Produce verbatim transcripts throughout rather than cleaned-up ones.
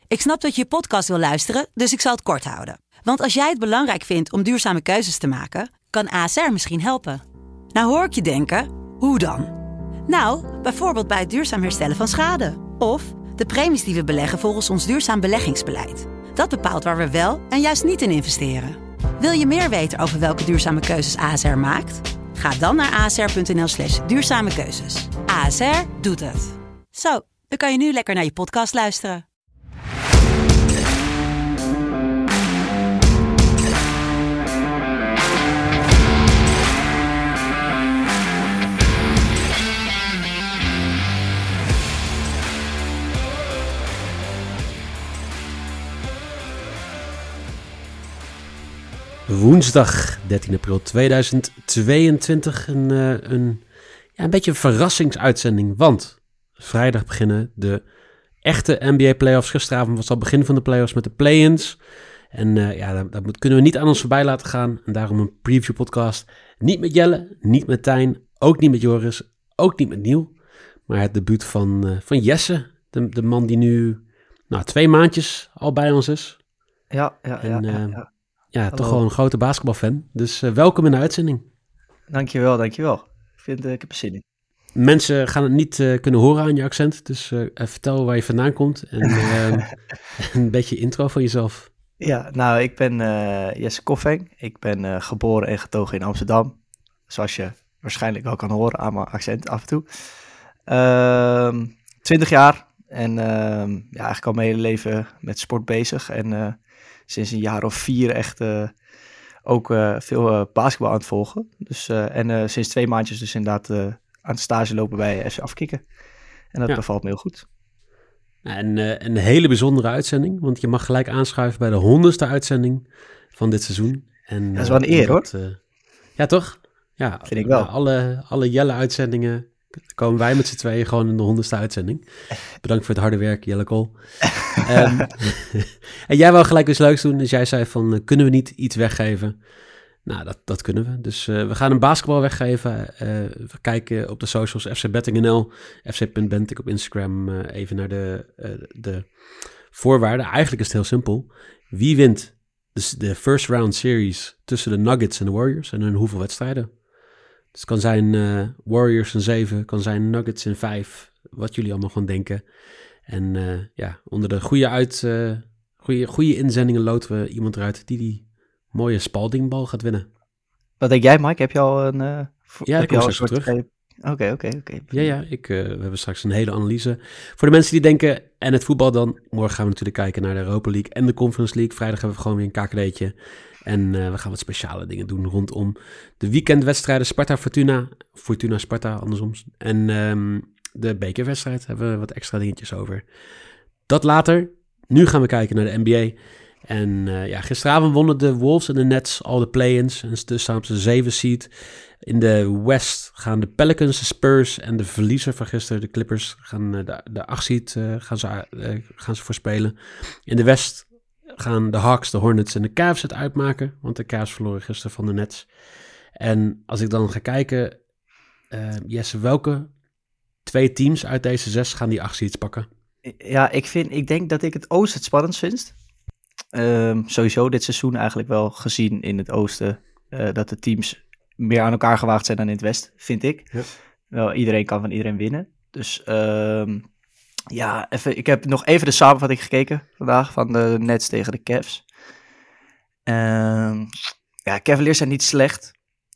Ik snap dat je je podcast wil luisteren, dus ik zal het kort houden. Want als jij het belangrijk vindt om duurzame keuzes te maken, kan A S R misschien helpen. Nou hoor ik je denken, hoe dan? Nou, bijvoorbeeld bij het duurzaam herstellen van schade. Of de premies die we beleggen volgens ons duurzaam beleggingsbeleid. Dat bepaalt waar we wel en juist niet in investeren. Wil je meer weten over welke duurzame keuzes A S R maakt? Ga dan naar asr.nl slash duurzame keuzes. A S R doet het. Zo, dan kan je nu lekker naar je podcast luisteren. Woensdag dertien april tweeduizend tweeëntwintig, een, uh, een, ja, een beetje een verrassingsuitzending, want vrijdag beginnen de echte N B A playoffs. Gisteravond was al het begin van de playoffs met de play-ins en uh, ja, dat, dat kunnen we niet aan ons voorbij laten gaan en daarom een preview podcast. Niet met Jelle, niet met Tijn, ook niet met Joris, ook niet met Niel, maar het debuut van, uh, van Jesse, de, de man die nu nou, twee maandjes al bij ons is. Ja, ja, en, ja. uh, ja, ja. Ja, Hallo. toch wel een grote basketbalfan. Dus uh, welkom in de uitzending. Dankjewel, dankjewel. Ik, vind, uh, ik heb er zin in. Mensen gaan het niet uh, kunnen horen aan je accent. Dus uh, vertel waar je vandaan komt. En uh, een beetje intro van jezelf. Ja, nou, ik ben uh, Jesse Koffeng. Ik ben uh, geboren en getogen in Amsterdam. Zoals je waarschijnlijk wel kan horen aan mijn accent af en toe. Uh, twintig jaar. En uh, ja, eigenlijk al mijn hele leven met sport bezig. En uh, sinds een jaar of vier echt uh, ook uh, veel uh, basketbal aan het volgen. Dus, uh, en uh, sinds twee maandjes dus inderdaad uh, aan het stage lopen bij F C Afkikken. En dat ja. bevalt me heel goed. En uh, een hele bijzondere uitzending. Want je mag gelijk aanschuiven bij de honderdste uitzending van dit seizoen. En, dat is wel een eer, uh, dat, hoor. Uh, ja, toch? Ja, vind ik wel. Alle, alle Jelle-uitzendingen komen wij met z'n tweeën gewoon in de honderdste uitzending. Bedankt voor het harde werk, Jelle Kool. um, en jij wou gelijk eens leuks doen, dus jij zei van, uh, kunnen we niet iets weggeven? Nou, dat, dat kunnen we. Dus uh, we gaan een basketbal weggeven. Uh, we kijken op de socials, F C Betting N L, F C punt bentik op Instagram, uh, even naar de, uh, de voorwaarden. Eigenlijk is het heel simpel. Wie wint de, de first round series tussen de Nuggets en de Warriors en in hoeveel wedstrijden? Dus het kan zijn uh, Warriors in zeven, kan zijn Nuggets in vijf, wat jullie allemaal gaan denken. En uh, ja, onder de goede, uit, uh, goede, goede inzendingen loten we iemand eruit die die mooie Spaldingbal gaat winnen. Wat denk jij, Mike? Heb je al een... Uh, ja, daar kom ik straks terug. Oké, oké, oké. Ja, ja, ik, uh, we hebben straks een hele analyse. Voor de mensen die denken, en het voetbal dan, morgen gaan we natuurlijk kijken naar de Europa League en de Conference League. Vrijdag hebben we gewoon weer een K K D'tje. En uh, we gaan wat speciale dingen doen rondom de weekendwedstrijden Sparta-Fortuna, Fortuna-Sparta andersom. En um, de bekerwedstrijd hebben we wat extra dingetjes over. Dat later. Nu gaan we kijken naar de N B A. En uh, ja, gisteravond wonnen de Wolves en de Nets al de play-ins. En dus staan op de zeven seed. In de West gaan de Pelicans, de Spurs en de verliezer van gisteren, de Clippers, gaan uh, de, de acht seed uh, gaan, ze, uh, gaan ze voorspelen. In de West gaan de Hawks, de Hornets en de Cavs het uitmaken. Want de Cavs verloren gisteren van de Nets. En als ik dan ga kijken, uh, Jesse, welke twee teams uit deze zes gaan die acht seeds pakken? Ja, ik, vind, ik denk dat ik het Oosten het spannendst vind. Um, sowieso dit seizoen eigenlijk wel gezien in het Oosten. Uh, dat de teams meer aan elkaar gewaagd zijn dan in het Westen, vind ik. Ja. Wel, iedereen kan van iedereen winnen. Dus um, ja, even, ik heb nog even de samenvatting gekeken vandaag van de Nets tegen de Cavs. Um, ja, Cavaliers zijn niet slecht.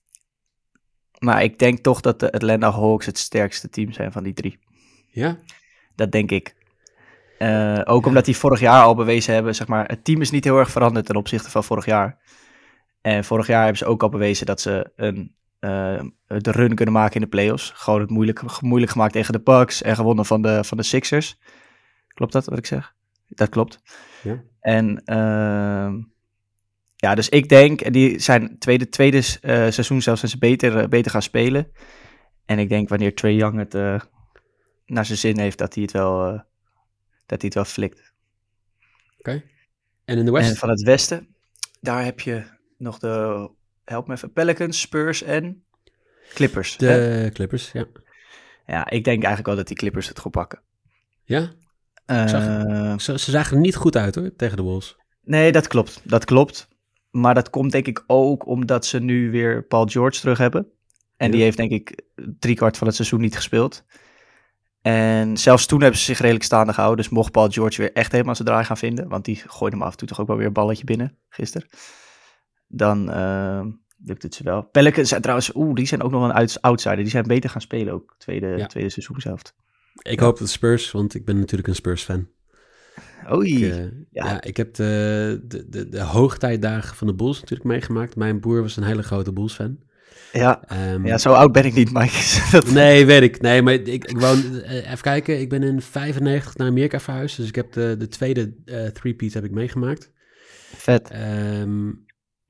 Maar ik denk toch dat de Atlanta Hawks het sterkste team zijn van die drie. Ja? Dat denk ik. Uh, ook ja. omdat die vorig jaar al bewezen hebben, zeg maar, het team is niet heel erg veranderd ten opzichte van vorig jaar. En vorig jaar hebben ze ook al bewezen dat ze een, uh, de run kunnen maken in de playoffs. Gewoon het moeilijk, moeilijk gemaakt tegen de Bucks en gewonnen van de, van de Sixers. Klopt dat wat ik zeg? Dat klopt. Ja. En uh, ja, dus ik denk, en die zijn tweede, tweede uh, seizoen zelfs zijn ze beter, uh, beter gaan spelen. En ik denk wanneer Trae Young het uh, naar zijn zin heeft, dat hij het wel, uh, dat hij het wel flikt. Oké. Okay. En in de West? En van het Westen, daar heb je nog de, help me even, Pelicans, Spurs en Clippers. De hè? Clippers, ja. Ja, ik denk eigenlijk wel dat die Clippers het goed pakken. Ja? Uh, zag, ze, ze zagen er niet goed uit hoor, tegen de Wolves. Nee, dat klopt. Dat klopt. Maar dat komt denk ik ook omdat ze nu weer Paul George terug hebben. En ja. die heeft denk ik driekwart van het seizoen niet gespeeld. En zelfs toen hebben ze zich redelijk staande gehouden. Dus mocht Paul George weer echt helemaal zijn draai gaan vinden. Want die gooide hem af en toe toch ook wel weer een balletje binnen gisteren. Dan uh, lukt het ze wel. Pelicans zijn trouwens, oeh, die zijn ook nog een outsider. Die zijn beter gaan spelen ook, tweede, ja. tweede seizoenshelft. Ik ja. hoop dat Spurs, want ik ben natuurlijk een Spurs-fan. Oei. Ik, uh, ja. ja, ik heb de, de, de, de hoogtijdagen van de Bulls natuurlijk meegemaakt. Mijn broer was een hele grote Bulls-fan. Ja, um, ja, zo oud ben ik niet, Mike. dat... Nee, weet ik. Nee, maar ik, ik woon... Uh, even kijken, ik ben in vijfennegentig naar Amerika verhuisd. Dus ik heb de, de tweede uh, three-peat heb ik meegemaakt. Vet. Um,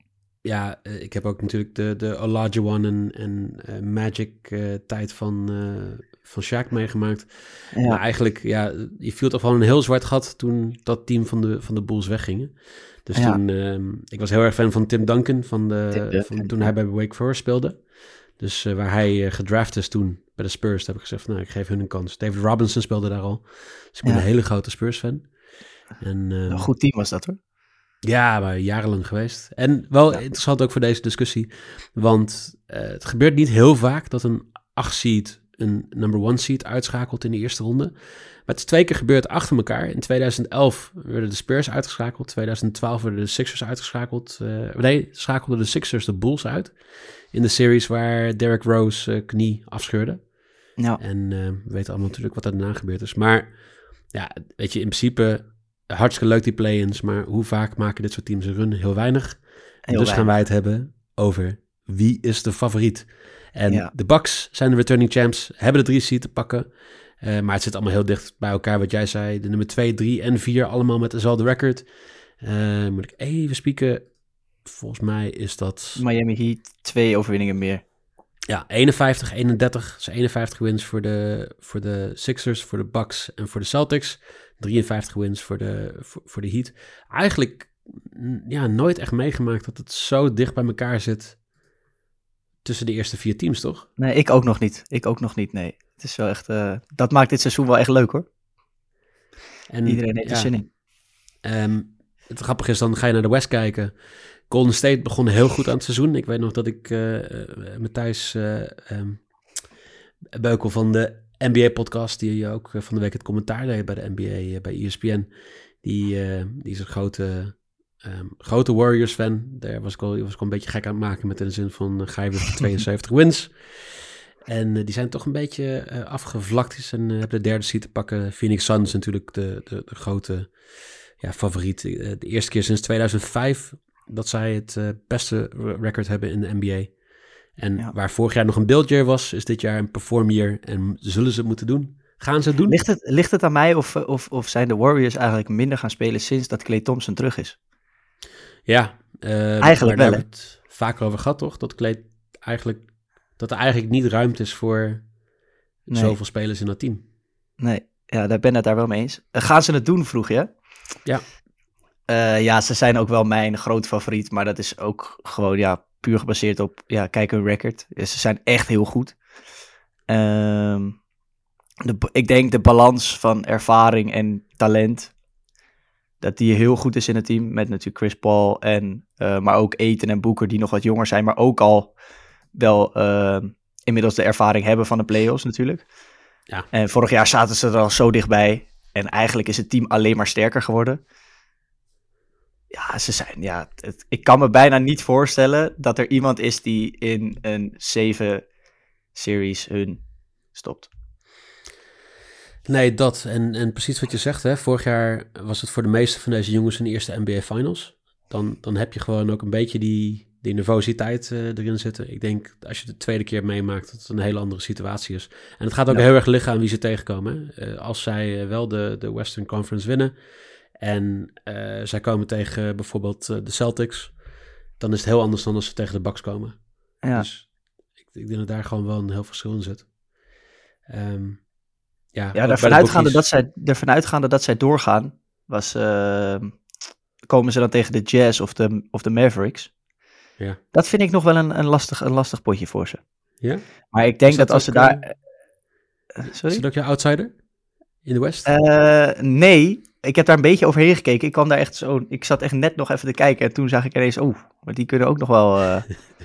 ja, uh, ik heb ook natuurlijk de, de Olajuwon en, en uh, Magic uh, tijd van... Uh, van Shaq meegemaakt. Ja. Maar eigenlijk, ja, je viel toch gewoon een heel zwart gat toen dat team van de, van de Bulls weggingen. Dus ja. toen, uh, ik was heel erg fan van Tim Duncan, van de, Tim Duncan, van toen ja. hij bij Wake Forest speelde. Dus uh, waar hij uh, gedraft is toen bij de Spurs, heb ik gezegd, nou, ik geef hun een kans. David Robinson speelde daar al. Dus ik ben ja. een hele grote Spurs-fan. En, uh, een goed team was dat, hoor. Ja, maar jarenlang geweest. En wel ja. interessant ook voor deze discussie, want uh, het gebeurt niet heel vaak dat een acht seed een number one seed uitschakelt in de eerste ronde. Maar het is twee keer gebeurd achter elkaar. In tweeduizend elf werden de Spurs uitgeschakeld. tweeduizend twaalf werden de Sixers uitgeschakeld. Uh, nee, schakelden de Sixers de Bulls uit. In de series waar Derrick Rose uh, knie afscheurde. Ja. En uh, we weten allemaal natuurlijk wat er daarna gebeurd is. Maar ja, weet je, in principe hartstikke leuk die play-ins. Maar hoe vaak maken dit soort teams een run? Heel weinig. Heel dus weinig. Gaan wij het hebben over wie is de favoriet. En ja. de Bucks zijn de returning champs, hebben de drie seed te pakken. Uh, maar het zit allemaal heel dicht bij elkaar, wat jij zei. De nummer twee, drie en vier, allemaal met dezelfde record. Uh, moet ik even spieken. Volgens mij is dat... Miami Heat, twee overwinningen meer. Ja, eenenvijftig eenendertig. Dus eenenvijftig wins voor de, voor de Sixers, voor de Bucks en voor de Celtics. drieënvijftig wins voor de, voor, voor de Heat. Eigenlijk ja, nooit echt meegemaakt dat het zo dicht bij elkaar zit... tussen de eerste vier teams, toch? Nee, ik ook nog niet. Ik ook nog niet, nee. Het is wel echt... Uh, dat maakt dit seizoen wel echt leuk, hoor. En, Iedereen heeft ja, er zin in. Um, het grappige is, dan ga je naar de West kijken. Golden State begon heel goed aan het seizoen. Ik weet nog dat ik uh, uh, Matthijs uh, um, Beukel van de N B A-podcast... die ook uh, van de week het commentaar deed bij de N B A, uh, bij E S P N... die, uh, die is een grote... Um, grote Warriors-fan. Daar was ik, al, was ik al een beetje gek aan het maken met in de zin van uh, ga je weer voor tweeënzeventig wins. En uh, die zijn toch een beetje uh, afgevlakt en uh, hebben de derde seed te pakken. Phoenix Suns natuurlijk de, de, de grote ja, favoriet. Uh, de eerste keer sinds tweeduizend vijf dat zij het uh, beste record hebben in de N B A. En ja. waar vorig jaar nog een build year was, is dit jaar een perform year. En zullen ze het moeten doen? Gaan ze het doen? Ligt het, ligt het aan mij of, of, of zijn de Warriors eigenlijk minder gaan spelen sinds dat Klay Thompson terug is? Ja, uh, eigenlijk wel. Daar hebben we het vaker over gehad, toch? Dat Klay eigenlijk, dat er eigenlijk niet ruimte is voor nee. zoveel spelers in dat team. Nee, ja, daar ben ik het daar wel mee eens. Uh, gaan ze het doen, vroeg je? Ja. Uh, ja, ze zijn ook wel mijn groot favoriet, maar dat is ook gewoon ja, puur gebaseerd op, ja, kijk hun record. Ze zijn echt heel goed. Uh, de, ik denk de balans van ervaring en talent, dat die heel goed is in het team, met natuurlijk Chris Paul en, uh, maar ook Ayton en Booker, die nog wat jonger zijn, maar ook al wel uh, inmiddels de ervaring hebben van de playoffs natuurlijk. Ja. En vorig jaar zaten ze er al zo dichtbij en eigenlijk is het team alleen maar sterker geworden. Ja, ze zijn, ja, het, ik kan me bijna niet voorstellen dat er iemand is die in een zeven series hun stopt. Nee, dat. En, en precies wat je zegt, hè. Vorig jaar was het voor de meeste van deze jongens hun eerste N B A Finals. Dan, dan heb je gewoon ook een beetje die, die nervositeit uh, erin zitten. Ik denk, als je de tweede keer meemaakt, dat het een hele andere situatie is. En het gaat ook ja. heel erg liggen aan wie ze tegenkomen. Uh, als zij uh, wel de, de Western Conference winnen en uh, zij komen tegen bijvoorbeeld uh, de Celtics, dan is het heel anders dan als ze tegen de Bucks komen. Ja. Dus ik, ik denk dat daar gewoon wel een heel verschil in zit. Um, Ja, ja ervan uitgaande, dat zij, ervan uitgaande dat zij doorgaan, was, uh, komen ze dan tegen de Jazz of de, of de Mavericks. Ja. Dat vind ik nog wel een, een, lastig, een lastig potje voor ze. Ja? Maar ik denk dat, dat als ze ook, daar... Uh, sorry? Is dat ook je outsider? in de West? Uh, nee, ik heb daar een beetje overheen gekeken. Ik kwam daar echt zo... Ik zat echt net nog even te kijken en toen zag ik ineens... Oh, maar die kunnen ook nog wel... Uh...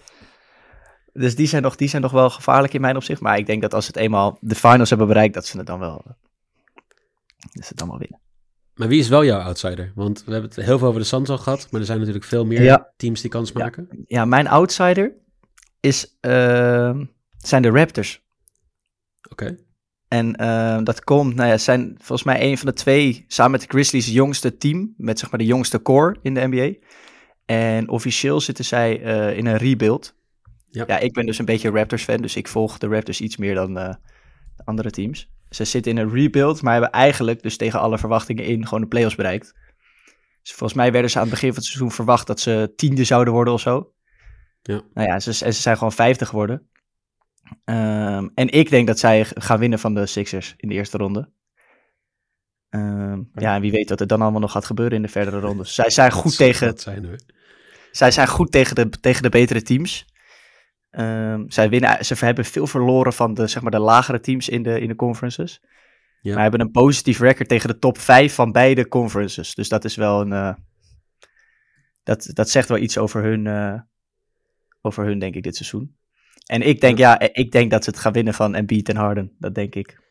dus die zijn, nog, die zijn nog wel gevaarlijk in mijn opzicht. Maar ik denk dat als ze het eenmaal de finals hebben bereikt... dat ze het dan wel, uh... dat ze het dan wel winnen. Maar wie is wel jouw outsider? Want we hebben het heel veel over de Suns al gehad... maar er zijn natuurlijk veel meer ja. teams die kans maken. Ja, ja mijn outsider is, uh, zijn de Raptors. Oké. Okay. En uh, dat komt, nou ja, zijn volgens mij een van de twee, samen met de Grizzlies, jongste team. Met zeg maar de jongste core in de N B A. En officieel zitten zij uh, in een rebuild. Ja. ja, ik ben dus een beetje Raptors fan, dus ik volg de Raptors iets meer dan uh, de andere teams. Ze zitten in een rebuild, maar hebben eigenlijk dus tegen alle verwachtingen in gewoon de playoffs bereikt. Dus volgens mij werden ze aan het begin van het seizoen verwacht dat ze tiende zouden worden of zo. Ja. Nou ja, ze, ze zijn gewoon vijfde geworden. Um, en ik denk dat zij gaan winnen van de Sixers in de eerste ronde. Um, ja, en wie weet wat er dan allemaal nog gaat gebeuren in de verdere rondes. Zij zijn goed tegen... Zijn, hoor. Zij zijn goed tegen de, tegen de betere teams. Um, zij winnen, ze hebben veel verloren van de, zeg maar, de lagere teams in de, in de conferences. Ja. Maar hebben een positief record tegen de top vijf van beide conferences. Dus dat is wel een... Uh, dat, dat zegt wel iets over hun, uh, over hun, denk ik, dit seizoen. En ik denk, ja, ik denk dat ze het gaan winnen van Embiid en Harden. Dat denk ik.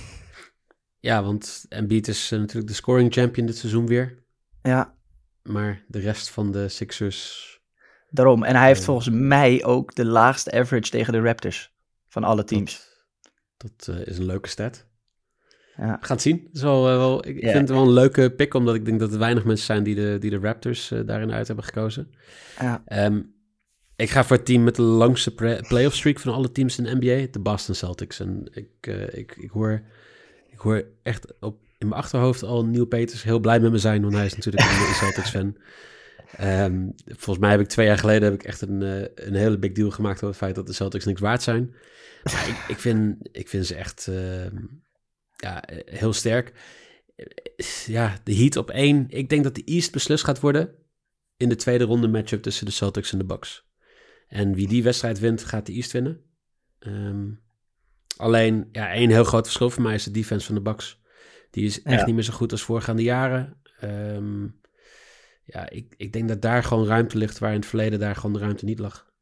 Ja, want Embiid is uh, natuurlijk de scoring champion dit seizoen weer. Ja. Maar de rest van de Sixers... Daarom. En hij heeft uh, volgens mij ook de laagste average tegen de Raptors. Van alle teams. Dat, dat uh, is een leuke stat. Ja. We gaan het zien. Het is wel, uh, wel, ik ja. vind het wel een leuke pick, omdat ik denk dat er weinig mensen zijn die de, die de Raptors uh, daarin uit hebben gekozen. Ja. Um, Ik ga voor het team met de langste pre- playoff streak van alle teams in de N B A, de Boston Celtics. En ik, uh, ik, ik, hoor, ik hoor echt op, in mijn achterhoofd al Neil Peters heel blij met me zijn, want hij is natuurlijk een Celtics fan. Um, volgens mij heb ik twee jaar geleden heb ik echt een, uh, een hele big deal gemaakt over het feit dat de Celtics niks waard zijn. Maar ik, ik, vind, ik vind ze echt uh, ja, heel sterk. Ja, de Heat op één. Ik denk dat de East beslist gaat worden in de tweede ronde matchup tussen de Celtics en de Bucks. En wie die wedstrijd wint, gaat de East winnen. Um, alleen, ja, één heel groot verschil voor mij is de defense van de Bucks. Die is echt ja. niet meer zo goed als voorgaande jaren. Um, ja, ik, ik denk dat daar gewoon ruimte ligt, waar in het verleden daar gewoon de ruimte niet lag.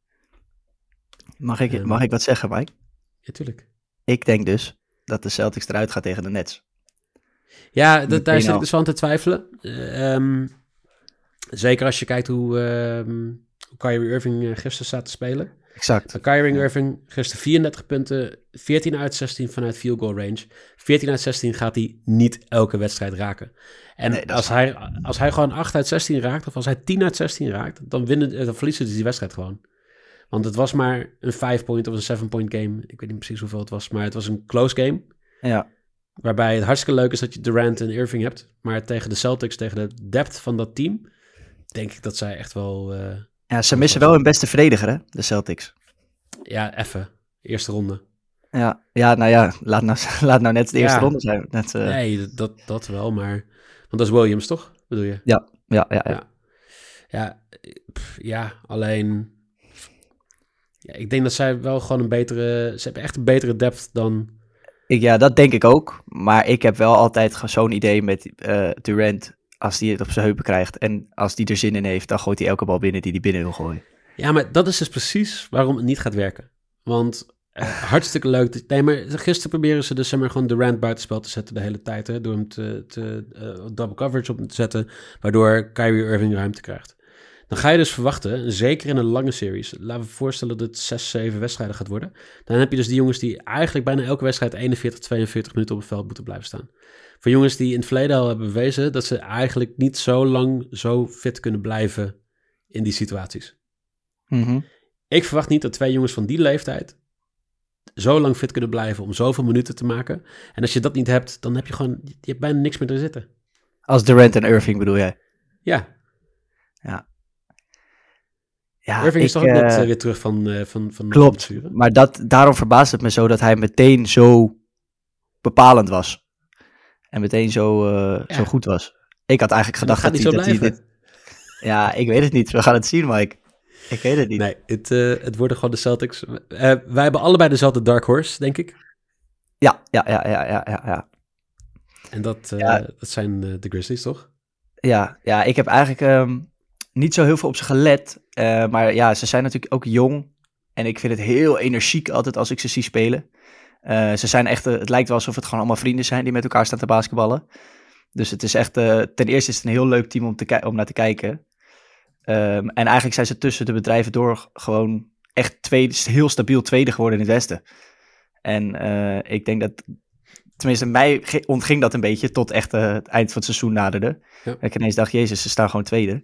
Mag ik, um, mag ik wat zeggen, Mike? Ja, tuurlijk. Ik denk dus dat de Celtics eruit gaat tegen de Nets. Ja, dat, daar zit ik dus van te twijfelen. Uh, um, zeker als je kijkt hoe... Um, Kyrie Irving uh, gisteren staat te spelen. Exact. Uh, Kyrie ja. Irving gisteren vierendertig punten, veertien uit zestien vanuit field goal range. veertien uit zestien gaat hij niet elke wedstrijd raken. En nee, als, hij, als hij gewoon acht uit zestien raakt, of als hij tien uit zestien raakt, dan, winnen, dan verliezen ze die wedstrijd gewoon. Want het was maar een vijf-point of een seven-point game. Ik weet niet precies hoeveel het was, maar het was een close game. Ja. Waarbij het hartstikke leuk is dat je Durant en Irving hebt. Maar tegen de Celtics, tegen de depth van dat team, denk ik dat zij echt wel... Uh, Ja, ze missen wel hun beste verdediger, hè, de Celtics. Ja, even. Eerste ronde. Ja, ja nou ja, laat nou, laat nou net de eerste ja. ronde zijn. Net, uh... Nee, dat, dat wel, maar... Want dat is Williams, toch? Bedoel je? Ja, ja, ja. Ja, ja. ja, pff, ja alleen... Ja, ik denk dat zij wel gewoon een betere... Ze hebben echt een betere depth dan... Ik, ja, dat denk ik ook. Maar ik heb wel altijd zo'n idee met uh, Durant... Als hij het op zijn heupen krijgt en als hij er zin in heeft, dan gooit hij elke bal binnen die hij binnen wil gooien. Ja, maar dat is dus precies waarom het niet gaat werken. Want uh, hartstikke leuk. Nee, maar gisteren proberen ze dus zeg maar gewoon Durant buitenspel te zetten de hele tijd. Hè, door hem te, te uh, double coverage op te zetten, waardoor Kyrie Irving ruimte krijgt. Dan ga je dus verwachten, zeker in een lange series, laten we voorstellen dat het zes, zeven wedstrijden gaat worden. Dan heb je dus die jongens die eigenlijk bijna elke wedstrijd eenenveertig, tweeënveertig minuten op het veld moeten blijven staan. Voor jongens die in het verleden al hebben bewezen dat ze eigenlijk niet zo lang zo fit kunnen blijven in die situaties. Mm-hmm. Ik verwacht niet dat twee jongens van die leeftijd zo lang fit kunnen blijven om zoveel minuten te maken. En als je dat niet hebt, dan heb je gewoon, je hebt bijna niks meer te zitten. Als Durant en Irving bedoel jij? Ja. Ja. Ja, Irving is ik, toch ook uh, net uh, weer terug van... Uh, van, van klopt, maar dat, daarom verbaast het me zo dat hij meteen zo bepalend was. En meteen zo, uh, ja. zo goed was. Ik had eigenlijk gedacht dat, dat, hij, dat hij dit... Ja, ik weet het niet. We gaan het zien, Mike. Ik weet het niet. Nee, het, uh, het worden gewoon de Celtics. Uh, wij hebben allebei dezelfde dark horse, denk ik. Ja, ja, ja, ja, ja, ja. ja. En dat, uh, Ja. dat zijn uh, de Grizzlies, toch? Ja, ja, ik heb eigenlijk um, niet zo heel veel op ze gelet. Uh, maar ja, ze zijn natuurlijk ook jong. En ik vind het heel energiek altijd als ik ze zie spelen. Uh, ze zijn echt, uh, het lijkt wel alsof het gewoon allemaal vrienden zijn die met elkaar staan te basketballen. Dus het is echt, uh, ten eerste is het een heel leuk team om, te ki- om naar te kijken. Um, en eigenlijk zijn ze tussen de bedrijven door gewoon echt tweede, heel stabiel tweede geworden in het Westen. En uh, ik denk dat, tenminste mij ontging dat een beetje tot echt uh, het eind van het seizoen naderde. Ja. Ik ineens dacht, jezus, ze staan gewoon tweede.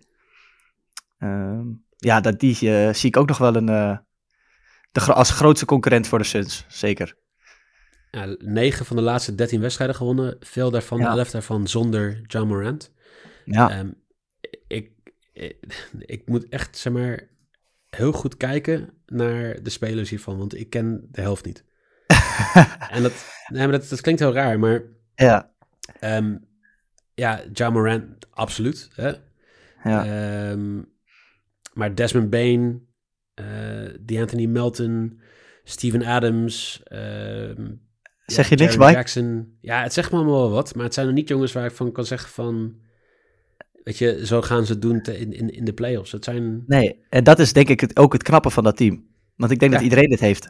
Um, ja, dat, die uh, zie ik ook nog wel een, uh, de, als grootste concurrent voor de Suns, zeker. Ja, negen van de laatste dertien wedstrijden gewonnen. Veel daarvan, ja. elf daarvan zonder Ja Morant. Ja. Um, ik, ik, ik moet echt, zeg maar, heel goed kijken naar de spelers hiervan, want ik ken de helft niet. en dat, nee, maar dat, dat klinkt heel raar, maar ja, um, ja, Ja Morant, absoluut. Hè? Ja. Um, maar Desmond Bane, uh, DeAnthony Melton, Steven Adams, um, zeg ja, je niks Jaren bij? Jackson. Ja, het zegt me allemaal wel wat, maar het zijn er niet jongens waar ik van kan zeggen van, weet je, zo gaan ze het doen te, in, in, in de playoffs. Het zijn... Nee, en dat is denk ik het, ook het knappe van dat team. Want ik denk ja. dat iedereen dit heeft.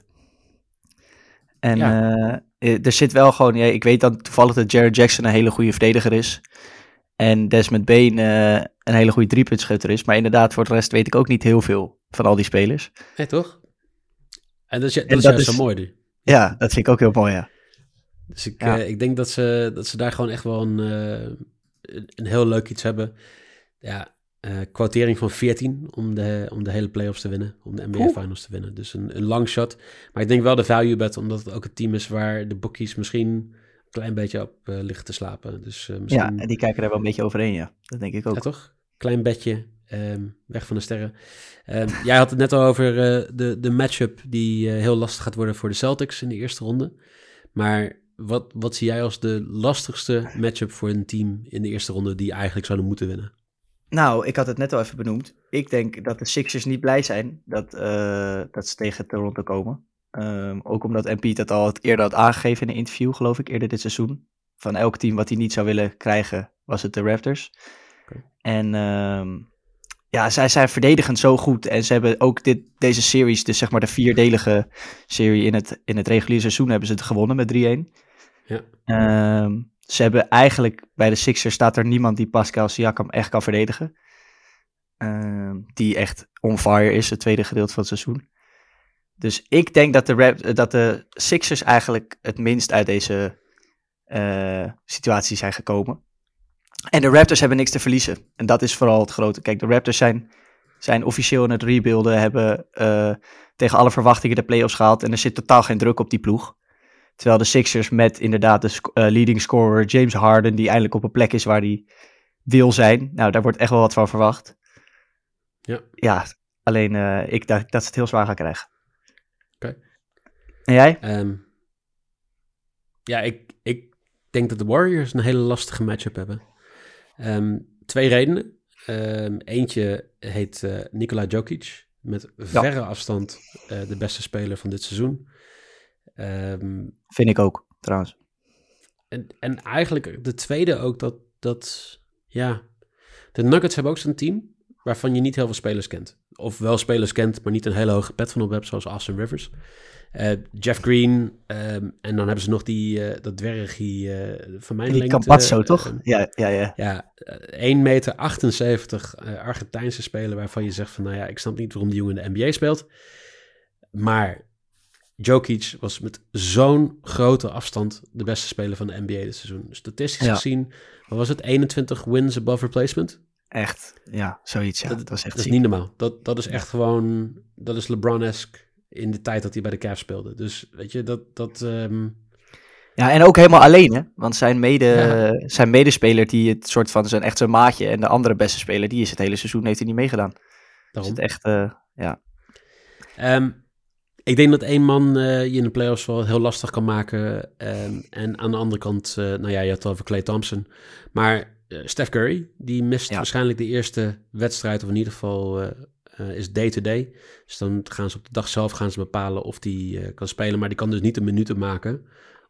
En ja. uh, er zit wel gewoon, ja, ik weet dan toevallig dat Jaren Jackson een hele goede verdediger is. En Desmond Bane uh, een hele goede driepuntschutter is. Maar inderdaad, voor de rest weet ik ook niet heel veel van al die spelers. Nee, toch? En dat is, dat en is dat juist is, zo mooi. Nu. Ja, dat vind ik ook heel mooi, ja. Dus ik, ja. uh, ik denk dat ze, dat ze daar gewoon echt wel een, uh, een heel leuk iets hebben. Ja, uh, quotering van veertien om de, om de hele playoffs te winnen. Om de N B A Oeh. Finals te winnen. Dus een, een long shot. Maar ik denk wel de value bet, omdat het ook het team is waar de bookies misschien een klein beetje op uh, liggen te slapen. Dus, uh, misschien... Ja, en die kijken er wel een beetje overheen, ja. Dat denk ik ook. Ja, toch? Klein bedje, um, weg van de sterren. Um, jij had het net al over uh, de, de matchup die uh, heel lastig gaat worden voor de Celtics in de eerste ronde. Maar wat, wat zie jij als de lastigste matchup voor een team in de eerste ronde die eigenlijk zouden moeten winnen? Nou, ik had het net al even benoemd. Ik denk dat de Sixers niet blij zijn dat, uh, dat ze tegen Toronto komen. Um, ook omdat Embiid dat al eerder had aangegeven in een interview, geloof ik, eerder dit seizoen. Van elk team wat hij niet zou willen krijgen, was het de Raptors. Okay. En um, ja, zij zijn verdedigend zo goed. En ze hebben ook dit, deze series, dus zeg maar de vierdelige serie in het, in het reguliere seizoen, hebben ze het gewonnen met drie-een. Ja. Um, ze hebben eigenlijk, bij de Sixers staat er niemand die Pascal Siakam echt kan verdedigen. Um, die echt on fire is, het tweede gedeelte van het seizoen. Dus ik denk dat de, rap, dat de Sixers eigenlijk het minst uit deze uh, situatie zijn gekomen. En de Raptors hebben niks te verliezen. En dat is vooral het grote. Kijk, de Raptors zijn, zijn officieel in het rebuilden, hebben uh, tegen alle verwachtingen de playoffs gehaald. En er zit totaal geen druk op die ploeg. Terwijl de Sixers met inderdaad de sc- uh, leading scorer James Harden, die eindelijk op een plek is waar hij wil zijn. Nou, daar wordt echt wel wat van verwacht. Ja. Ja, alleen uh, ik dacht dat ze het heel zwaar gaan krijgen. Oké. Okay. En jij? Um, ja, ik, ik denk dat de Warriors een hele lastige matchup hebben. Um, twee redenen. Um, eentje heet uh, Nikola Jokic. Met verre ja. afstand uh, de beste speler van dit seizoen. Um, Vind ik ook, trouwens. En, en eigenlijk de tweede ook dat, dat... Ja, de Nuggets hebben ook zo'n team waarvan je niet heel veel spelers kent. Of wel spelers kent, maar niet een hele hoge pet van op hebt, zoals Austin Rivers. Uh, Jeff Green, um, en dan hebben ze nog die, uh, dat dwergie uh, van mijn die lengte. Die Campazzo, uh, toch? Uh, ja, ja, ja. Ja, uh, één meter achtenzeventig uh, Argentijnse speler waarvan je zegt van, nou ja, ik snap niet waarom die jongen in de N B A speelt. Maar Jokic was met zo'n grote afstand de beste speler van de N B A dit seizoen. Statistisch ja. gezien, wat was het? eenentwintig wins above replacement? Echt, ja, zoiets. Ja. Dat, dat was echt dat is niet normaal. Dat, dat is echt gewoon, dat is LeBron-esque in de tijd dat hij bij de Cavs speelde. Dus weet je, dat... dat um... Ja, en ook helemaal alleen, hè? Want zijn, mede, ja. zijn medespeler, die het soort van zijn echt zijn maatje, en de andere beste speler, die is het hele seizoen, heeft hij niet meegedaan. Daarom. Dus het echt, uh, ja. Um, ik denk dat één man uh, je in de playoffs wel heel lastig kan maken. Um, en aan de andere kant, uh, nou ja, je had het over Klay Thompson. Maar uh, Steph Curry, die mist ja. waarschijnlijk de eerste wedstrijd, of in ieder geval uh, uh, is day-to-day. Dus dan gaan ze op de dag zelf gaan ze bepalen of die uh, kan spelen. Maar die kan dus niet de minuten maken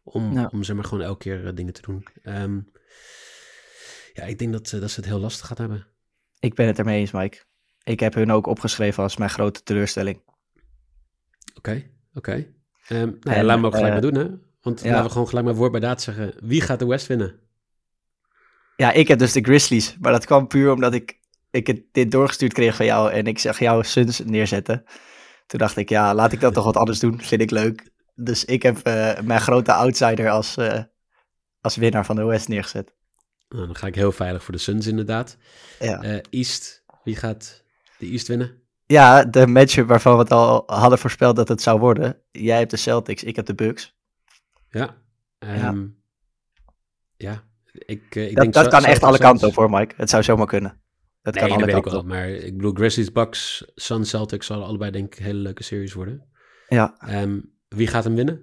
om, Ja. om zeg maar gewoon elke keer uh, dingen te doen. Um, ja, ik denk dat, uh, dat ze het heel lastig gaat hebben. Ik ben het ermee eens, Mike. Ik heb hun ook opgeschreven als mijn grote teleurstelling. Oké, okay, oké. Okay. Um, nou ja, laten we ook gelijk uh, maar doen, hè? Want ja. laten we gewoon gelijk maar woord bij daad zeggen. Wie gaat de West winnen? Ja, ik heb dus de Grizzlies. Maar dat kwam puur omdat ik, ik het, dit doorgestuurd kreeg van jou. En ik zag jou Suns neerzetten. Toen dacht ik, ja, laat ik dat toch wat anders doen. Vind ik leuk. Dus ik heb uh, mijn grote outsider als, uh, als winnaar van de West neergezet. Nou, dan ga ik heel veilig voor de Suns inderdaad. Ja. Uh, East, wie gaat de East winnen? Ja, de matchup waarvan we het al hadden voorspeld dat het zou worden. Jij hebt de Celtics, ik heb de Bucks. Ja. Um, ja. ja. Ik, uh, ik dat denk dat zo, kan zo echt alle Suns. kanten op hoor, Mike. Het zou zomaar kunnen. Dat nee, kan alle dat weet ik kanten wel. Maar ik bedoel, Grizzlies, Bucks, Suns, Celtics zullen allebei denk ik een hele leuke series worden. Ja. Um, wie gaat hem winnen?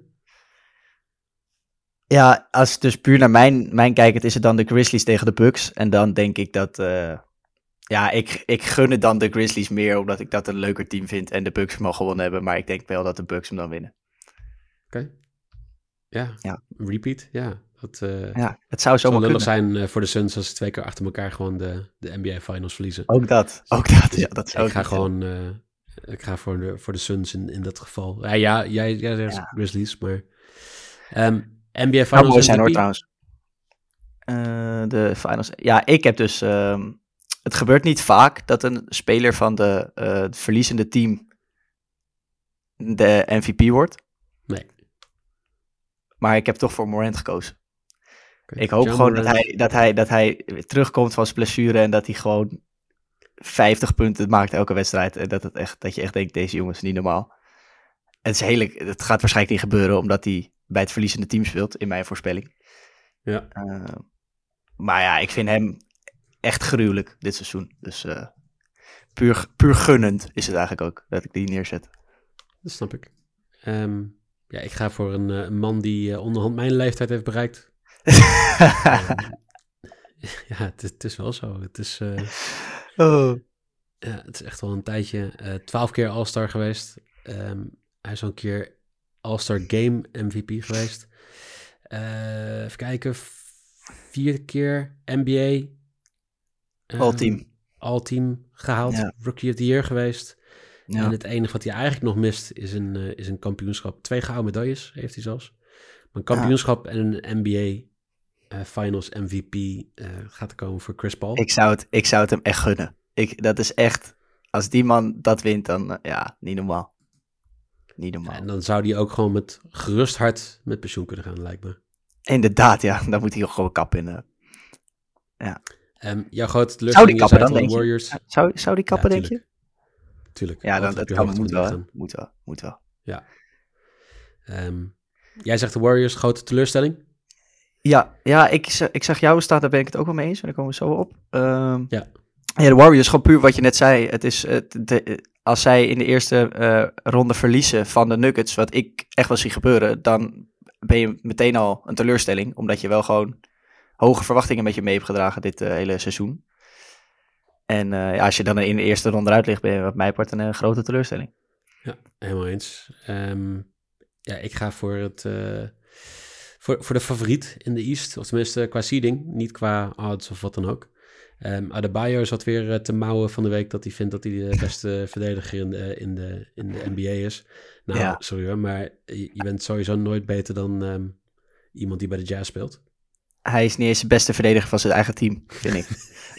Ja, als het dus puur naar mijn, mijn kijkend is het dan de Grizzlies tegen de Bucks. En dan denk ik dat... Uh, ja, ik, ik gun het dan de Grizzlies meer, omdat ik dat een leuker team vind. En de Bucks hem al gewonnen hebben. Maar ik denk wel dat de Bucks hem dan winnen. Oké. Okay. Ja, ja, repeat. Ja, dat uh, ja, het zou zo lullig zijn uh, voor de Suns als ze twee keer achter elkaar gewoon de, de N B A Finals verliezen. Ook dat, ook dat. Dus ja, dat zou ik ga gewoon... Uh, ik ga voor de, voor de Suns in, in dat geval. Ja, ja jij jij zegt ja. Grizzlies, maar... Um, N B A Finals... Nou, mooi zijn hoor trouwens. Uh, de Finals... Ja, ik heb dus... Um, het gebeurt niet vaak dat een speler van de, uh, het verliezende team de M V P wordt. Nee. Maar ik heb toch voor Morant gekozen. Okay. Ik hoop John gewoon Morant. dat hij, dat, hij, dat hij terugkomt van zijn blessure en dat hij gewoon vijftig punten maakt elke wedstrijd. En dat, het echt, dat je echt denkt, deze jongen is niet normaal. Het, is hele, het gaat waarschijnlijk niet gebeuren, omdat hij bij het verliezende team speelt, in mijn voorspelling. Ja. Uh, maar ja, ik vind hem echt gruwelijk dit seizoen. Dus uh, puur, puur gunnend is het eigenlijk ook, dat ik die neerzet. Dat snap ik. Um, ja, ik ga voor een, een man die uh, onderhand mijn leeftijd heeft bereikt. um, ja, het, het is wel zo. Het is... Uh, oh. Ja, het is echt wel een tijdje. Uh, twaalf keer All-Star geweest. Um, hij is al een keer All-Star Game M V P geweest. Uh, even kijken. Vier keer N B A. Um, All-team. All-team gehaald. Ja. Rookie of the Year geweest. Ja. En het enige wat hij eigenlijk nog mist is een, uh, is een kampioenschap. Twee gouden medailles heeft hij zelfs. Maar een kampioenschap ja. en een N B A uh, Finals M V P uh, gaat er komen voor Chris Paul. Ik zou het, ik zou het hem echt gunnen. Ik, dat is echt... Als die man dat wint, dan... Uh, ja, niet normaal. Niet normaal. En dan zou hij ook gewoon met gerust hart met pensioen kunnen gaan, lijkt me. Inderdaad, ja. Dan moet hij ook gewoon kappen in. Uh, ja. Um, jouw grote teleurstelling is uit de Warriors. Je? Zou, zou die kappen, ja, denk je? Tuurlijk. Ja, dan, dat kan, moet, wel, moet wel. Moet wel. Ja. Um, jij zegt de Warriors, grote teleurstelling? Ja, ja ik, ik zeg jou staat, daar ben ik het ook wel mee eens. En daar komen we zo op. Um, ja. Ja, de Warriors, gewoon puur wat je net zei. Het is, het, de, als zij in de eerste uh, ronde verliezen van de Nuggets, wat ik echt wel zie gebeuren, dan ben je meteen al een teleurstelling. Omdat je wel gewoon hoge verwachtingen met je mee hebt gedragen dit uh, hele seizoen. En uh, ja, als je dan in de eerste ronde eruit ligt, ben je wat mij part een uh, grote teleurstelling. Ja, helemaal eens. Um, ja, ik ga voor het... Uh, voor, voor de favoriet in de East, of tenminste qua seeding, niet qua odds of wat dan ook. Um, Adebayo zat weer uh, te mouwen van de week dat hij vindt dat hij de beste verdediger in de, in, de, in de N B A is. Nou, ja. sorry hoor, maar je, je bent sowieso nooit beter dan um, iemand die bij de Jazz speelt. Hij is niet eens de beste verdediger van zijn eigen team, vind ik.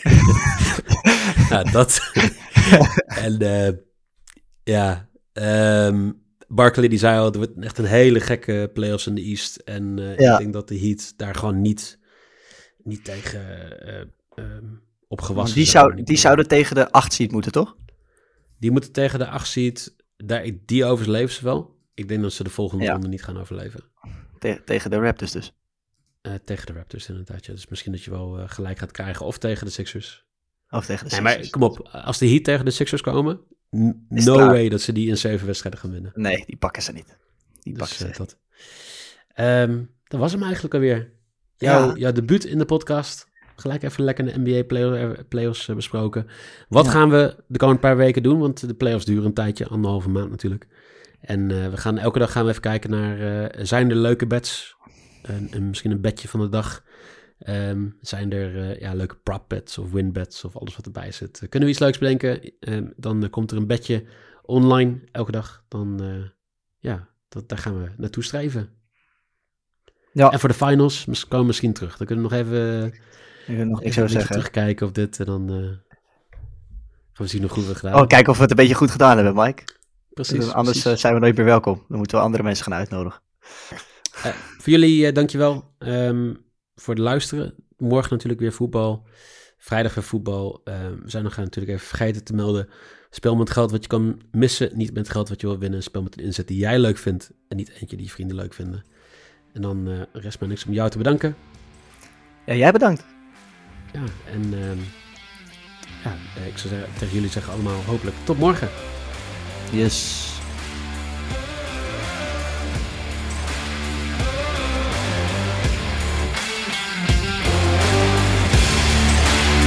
nou, dat. en uh, ja, um, Barkley die zei al, het wordt echt een hele gekke playoffs in de East. En uh, ja. ik denk dat de Heat daar gewoon niet, niet tegen... Uh, um, opgewassen die, zou, die zouden tegen de acht seed moeten, toch? Die moeten tegen de acht seed. Daar, die overleven ze wel. Ik denk dat ze de volgende ja. ronde niet gaan overleven. Te, tegen de Raptors dus? Uh, tegen de Raptors inderdaad, ja. Dus misschien dat je wel uh, gelijk gaat krijgen. Of tegen de Sixers. Of tegen de nee, Sixers. Maar kom op, als de Heat tegen de Sixers komen, n- no klaar. way dat ze die in zeven wedstrijden gaan winnen. Nee, die pakken ze niet. Die dus, pakken ze uh, dat. Um, dat was hem eigenlijk alweer. Jouw, ja. jouw debuut in de podcast. Gelijk even lekker de N B A play- playoffs uh, besproken. Wat ja. gaan we de komende paar weken doen? Want de playoffs duren een tijdje, anderhalve maand natuurlijk. En uh, we gaan elke dag gaan we even kijken naar, uh, zijn er leuke bets een, een, misschien een bedje van de dag. Um, zijn er uh, ja, leuke prop bets of win bets of alles wat erbij zit. Uh, kunnen we iets leuks bedenken, um, dan uh, komt er een bedje online elke dag. Dan uh, ja, dat, daar gaan we naartoe streven. Ja. En voor de finals mis- komen we misschien terug. Dan kunnen we nog even, Ik wil nog even niks een over beetje zeggen. terugkijken op dit. En dan uh, gaan we zien hoe goed we het gedaan Oh, kijken of we het een beetje goed gedaan hebben, Mike. Precies. Anders precies. Uh, zijn we nooit meer welkom. Dan moeten we andere mensen gaan uitnodigen. Uh, voor jullie, uh, dankjewel um, voor het luisteren. Morgen natuurlijk weer voetbal. Vrijdag weer voetbal. Uh, we zijn nog natuurlijk even vergeten te melden. Speel met geld wat je kan missen. Niet met geld wat je wil winnen. Speel met een inzet die jij leuk vindt. En niet eentje die je vrienden leuk vinden. En dan uh, rest mij niks om jou te bedanken. Ja, jij bedankt. Ja, en uh, ja, ik zou zeggen, tegen jullie zeggen allemaal hopelijk tot morgen. Yes.